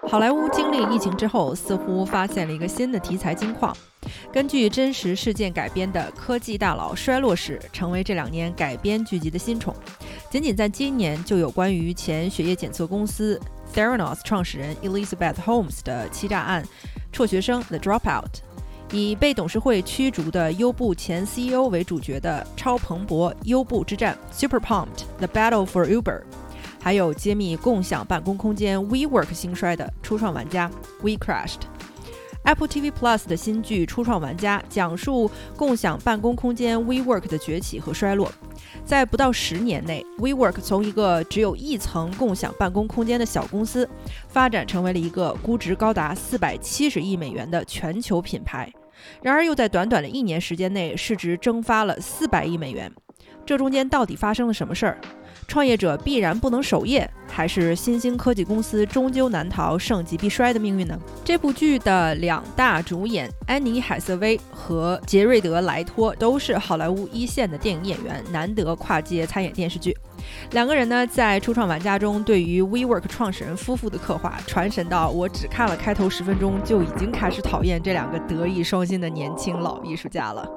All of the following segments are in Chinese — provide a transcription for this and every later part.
好莱坞经历疫情之后，似乎发现了一个新的题材金矿。根据真实事件改编的科技大佬衰落史，成为这2年改编剧集的新宠。仅仅在今年，就有关于前血液检测公司 Theranos 创始人 Elizabeth Holmes 的欺诈案，辍学生 The Dropout， 以被董事会驱逐的优步前 CEO 为主角的超蓬勃优步之战 Super Pumped The Battle for Uber，还有揭秘共享办公空间 WeWork 兴衰的初创玩家 We Crashed。Apple TV Plus 的新剧《初创玩家》讲述共享办公空间 WeWork 的崛起和衰落。在不到10年内， WeWork 从一个只有1层共享办公空间的小公司，发展成为了一个估值高达470亿美元的全球品牌。然而又在短短的1年时间内，市值蒸发了400亿美元。这中间到底发生了什么事儿？创业者必然不能守业，还是新兴科技公司终究难逃盛极必衰的命运呢？这部剧的2大主演安妮海瑟薇和杰瑞德莱托都是好莱坞1线的电影演员，难得跨界参演电视剧。2个人呢，在初创玩家中对于 WeWork 创始人夫妇的刻画，传神到我只看了开头10分钟就已经开始讨厌这2个德艺双馨的年轻老艺术家了。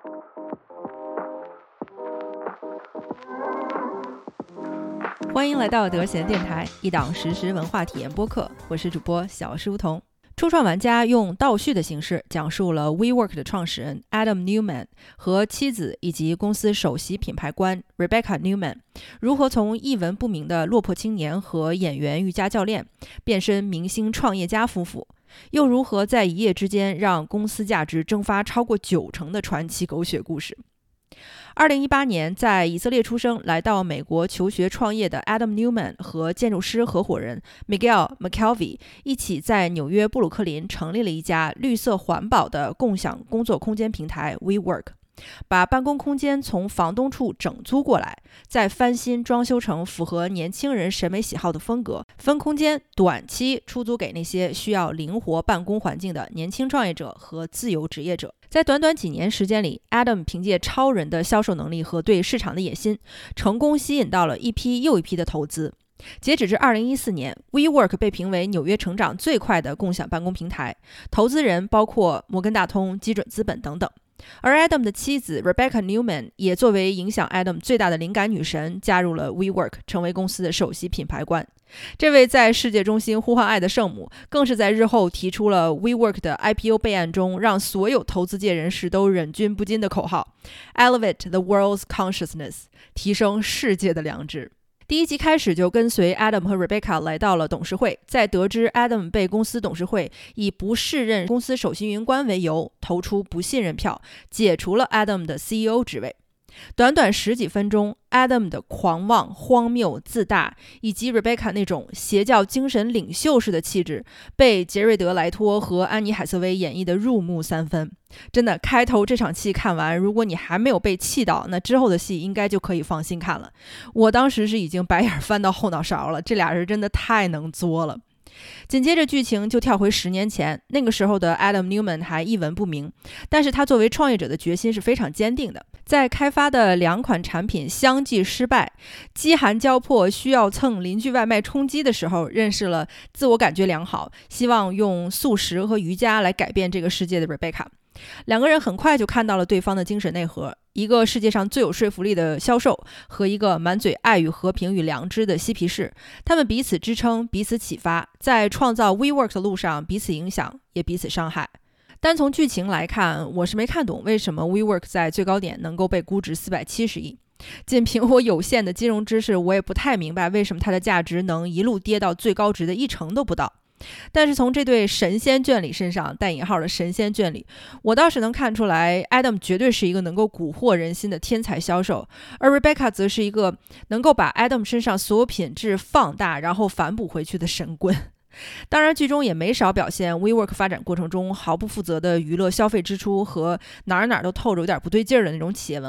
欢迎来到德贤电台，一档实时文化体验播客，我是主播小书童。初创玩家用倒叙的形式讲述了 WeWork 的创始人 Adam Neumann 和妻子以及公司首席品牌官 Rebecca Neumann 如何从一文不名的落魄青年和演员瑜伽教练变身明星创业家夫妇，又如何在一夜之间让公司价值蒸发超过90%的传奇狗血故事。2018年，在以色列出生、来到美国求学创业的 Adam Neumann 和建筑师合伙人 Miguel McKelvey 一起在纽约布鲁克林成立了一家绿色环保的共享工作空间平台 WeWork， 把办公空间从房东处整租过来，再翻新装修成符合年轻人审美喜好的风格，分空间短期出租给那些需要灵活办公环境的年轻创业者和自由职业者。在短短几年时间里， Adam 凭借超人的销售能力和对市场的野心，成功吸引到了一批又一批的投资。截止至2014年， WeWork 被评为纽约成长最快的共享办公平台，投资人包括摩根大通、基准资本等等。而 Adam 的妻子 Rebecca Neumann 也作为影响 Adam 最大的灵感女神，加入了 WeWork， 成为公司的首席品牌官。这位在世界中心呼唤爱的圣母，更是在日后提出了 WeWork 的 IPO 备案中让所有投资界人士都忍俊不禁的口号 Elevate the world's consciousness， 提升世界的良知。第1集开始就跟随 Adam 和 Rebecca 来到了董事会，在得知 Adam 被公司董事会以不适任公司首席运营官为由投出不信任票，解除了 Adam 的 CEO 职位。短短10几分钟， Adam 的狂妄、荒谬、自大，以及 Rebecca 那种邪教精神领袖式的气质，被杰瑞德莱托和安妮海瑟薇演绎的入木3分。真的，开头这场戏看完，如果你还没有被气到，那之后的戏应该就可以放心看了。我当时是已经白眼翻到后脑勺了，这俩人真的太能作了。紧接着剧情就跳回10年前，那个时候的 Adam Neumann 还一文不名，但是他作为创业者的决心是非常坚定的。在开发的2款产品相继失败，饥寒交迫，需要蹭邻居外卖充饥的时候，认识了自我感觉良好，希望用素食和瑜伽来改变这个世界的 Rebecca。2个人很快就看到了对方的精神内核，一个世界上最有说服力的销售，和一个满嘴爱与和平与良知的嬉皮士。他们彼此支撑，彼此启发，在创造 WeWork 的路上彼此影响，也彼此伤害。单从剧情来看，我是没看懂为什么 WeWork 在最高点能够被估值470亿。仅凭我有限的金融知识，我也不太明白为什么它的价值能一路跌到最高值的1%都不到。但是从这对神仙眷侣身上，带引号的神仙眷侣，我倒是能看出来 Adam 绝对是一个能够蛊惑人心的天才销售，而 Rebecca 则是一个能够把 Adam 身上所有品质放大然后反哺回去的神棍。当然剧中也没少表现 WeWork 发展过程中毫不负责的娱乐消费支出和哪儿都透着有点不对劲儿的那种企业文化。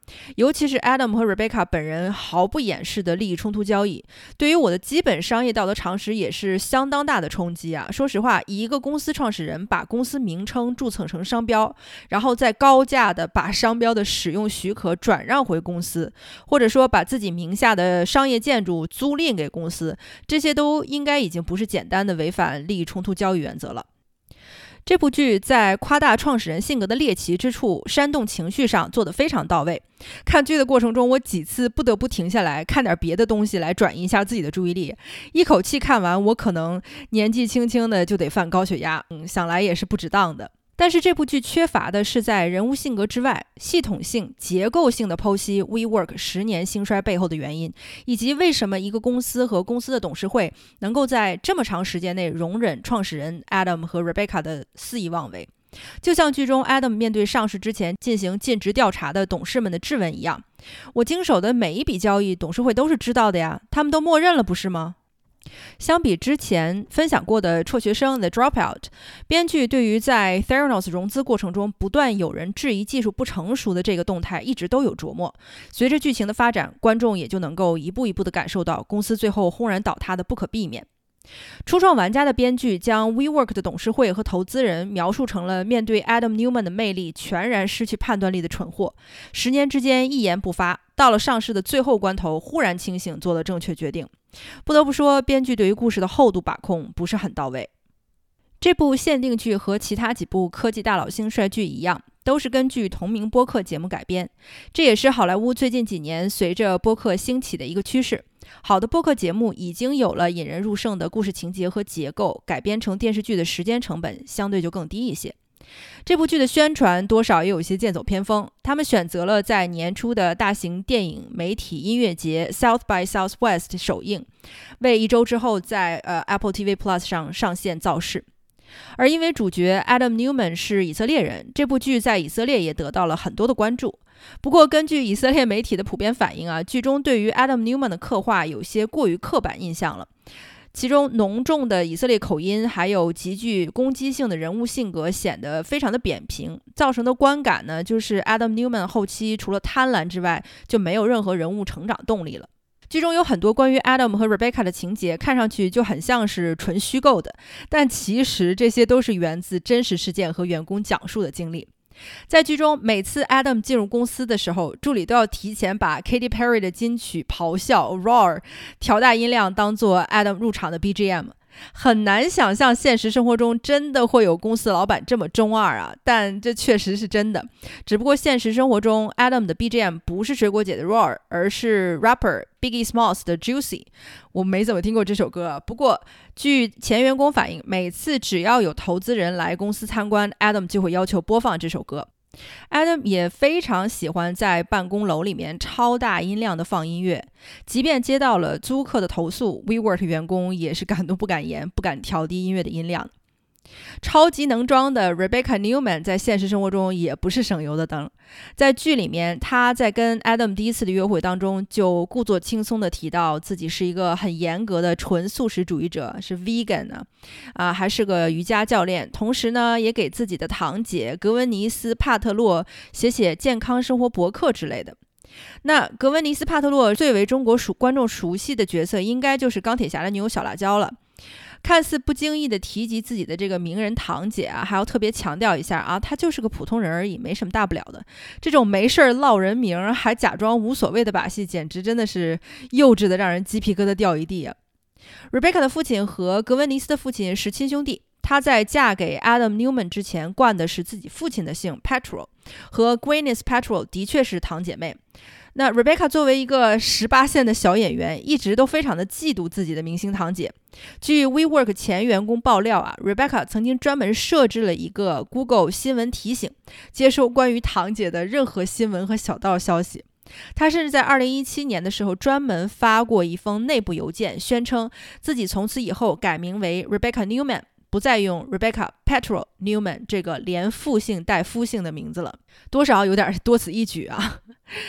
尤其是 Adam 和 Rebecca 本人毫不掩饰的利益冲突交易，对于我的基本商业道德常识也是相当大的冲击啊！说实话，一个公司创始人把公司名称注册成商标，然后再高价的把商标的使用许可转让回公司，或者说把自己名下的商业建筑租赁给公司，这些都应该已经不是简单的违反利益冲突交易原则了。这部剧在夸大创始人性格的猎奇之处，煽动情绪上做得非常到位。看剧的过程中，我几次不得不停下来看点别的东西来转移一下自己的注意力。一口气看完，我可能年纪轻轻的就得犯高血压，想来也是不值当的。但是这部剧缺乏的是在人物性格之外，系统性、结构性的剖析 WeWork 10年兴衰背后的原因，以及为什么一个公司和公司的董事会能够在这么长时间内容忍创始人 Adam 和 Rebecca 的肆意妄为。就像剧中 Adam 面对上市之前进行尽职调查的董事们的质问一样，我经手的每一笔交易，董事会都是知道的呀，他们都默认了，不是吗？相比之前分享过的辍学生 The Dropout， 编剧对于在 Theranos 融资过程中不断有人质疑技术不成熟的这个动态一直都有琢磨。随着剧情的发展，观众也就能够一步一步地感受到公司最后轰然倒塌的不可避免。初创玩家的编剧将 WeWork 的董事会和投资人描述成了面对 Adam Neumann 的魅力全然失去判断力的蠢货，10年之间一言不发，到了上市的最后关头忽然清醒，做了正确决定。不得不说，编剧对于故事的厚度把控不是很到位。这部限定剧和其他几部科技大佬兴衰剧一样，都是根据同名播客节目改编，这也是好莱坞最近几年随着播客兴起的一个趋势。好的播客节目已经有了引人入胜的故事情节和结构，改编成电视剧的时间成本相对就更低一些。这部剧的宣传多少也有一些剑走偏锋，他们选择了在年初的大型电影媒体音乐节 South by Southwest 首映，为1周之后在Apple TV Plus 上上线造势。而因为主角 Adam Neumann 是以色列人，这部剧在以色列也得到了很多的关注。不过根据以色列媒体的普遍反应啊，剧中对于 Adam Neumann 的刻画有些过于刻板印象了，其中浓重的以色列口音还有极具攻击性的人物性格显得非常的扁平，造成的观感呢，就是 Adam Neumann 后期除了贪婪之外就没有任何人物成长动力了。剧中有很多关于 Adam 和 Rebecca 的情节看上去就很像是纯虚构的，但其实这些都是源自真实事件和员工讲述的经历。在剧中，每次 Adam 进入公司的时候，助理都要提前把 Katy Perry 的金曲咆哮 Roar 调大音量当做 Adam 入场的 BGM。很难想象现实生活中真的会有公司老板这么中二啊，但这确实是真的。只不过现实生活中 Adam 的 BGM 不是水果姐的 Roar， 而是 rapper Biggie Smalls 的 Juicy。 我没怎么听过这首歌，不过据前员工反映，每次只要有投资人来公司参观， Adam 就会要求播放这首歌。Adam 也非常喜欢在办公楼里面超大音量的放音乐，即便接到了租客的投诉， WeWork 员工也是敢怒不敢言，不敢调低音乐的音量。超级能装的 Rebecca Neumann 在现实生活中也不是省油的灯。在剧里面，她在跟 Adam 第一次的约会当中就故作轻松地提到自己是一个很严格的纯素食主义者，是 vegan 还是个瑜伽教练，同时呢也给自己的堂姐格温尼斯·帕特洛写健康生活博客之类的。那格温尼斯·帕特洛最为中国观众熟悉的角色应该就是钢铁侠的女友小辣椒了。看似不经意的提及自己的这个名人堂姐啊，还要特别强调一下啊，她就是个普通人而已，没什么大不了的。这种没事儿落人名还假装无所谓的把戏，简直真的是幼稚的让人鸡皮疙瘩掉一地啊。Rebecca 的父亲和格温尼斯的父亲是亲兄弟，她在嫁给 Adam Neumann 之前冠的是自己父亲的姓 Petrol， 和 Gwyneth Petrol 的确是堂姐妹。那 Rebecca 作为一个18线的小演员，一直都非常的嫉妒自己的明星堂姐。据 WeWork 前员工爆料啊， Rebecca 曾经专门设置了一个 Google 新闻提醒，接收关于堂姐的任何新闻和小道消息。她甚至在2017年的时候专门发过一封内部邮件，宣称自己从此以后改名为 Rebecca Neumann， 不再用 Rebecca Petrol Neumann 这个连父姓带夫姓的名字了，多少有点多此一举啊。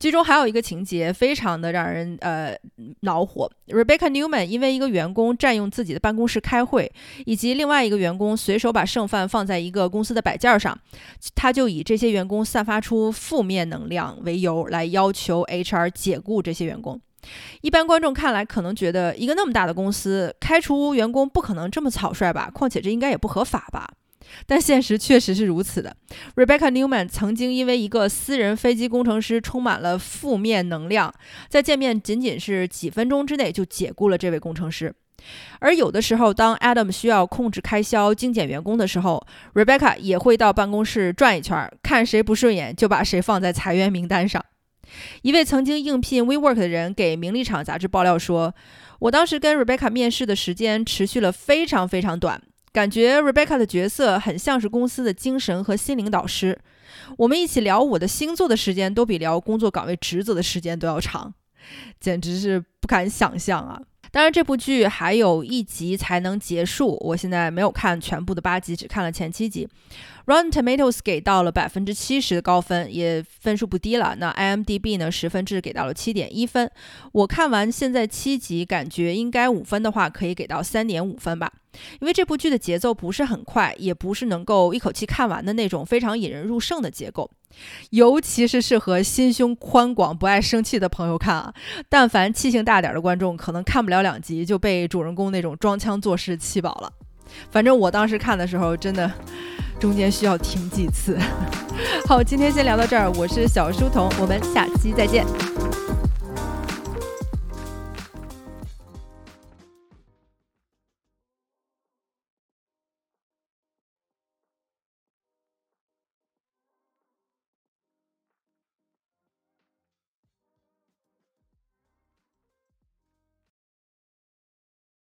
剧中还有一个情节非常的让人恼火。Rebecca Newman 因为一个员工占用自己的办公室开会，以及另外一个员工随手把剩饭放在一个公司的摆件上，他就以这些员工散发出负面能量为由来要求 HR 解雇这些员工。一般观众看来可能觉得一个那么大的公司开除员工不可能这么草率吧，况且这应该也不合法吧。但现实确实是如此的。Rebecca Newman 曾经因为一个私人飞机工程师充满了负面能量，在见面仅仅是几分钟之内就解雇了这位工程师。而有的时候，当 Adam 需要控制开销、精简员工的时候， Rebecca 也会到办公室转一圈，看谁不顺眼就把谁放在裁员名单上。一位曾经应聘 WeWork 的人给名利场杂志爆料说，我当时跟 Rebecca 面试的时间持续了非常非常短，感觉 Rebecca 的角色很像是公司的精神和心灵导师，我们一起聊我的星座的时间都比聊工作岗位职责的时间都要长，简直是不敢想象啊。当然这部剧还有1集才能结束，我现在没有看全部的8集，只看了前7集。Rotten Tomatoes 给到了70%的高分，也分数不低了。那 IMDB 呢10分制给到了7.1分。我看完现在7集，感觉应该5分的话可以给到3.5分吧。因为这部剧的节奏不是很快，也不是能够一口气看完的那种非常引人入胜的结构，尤其是适合心胸宽广不爱生气的朋友看啊。但凡气性大点的观众可能看不了2集就被主人公那种装腔作势气饱了。反正我当时看的时候真的中间需要停几次。好，今天先聊到这儿，我是小书童，我们下期再见。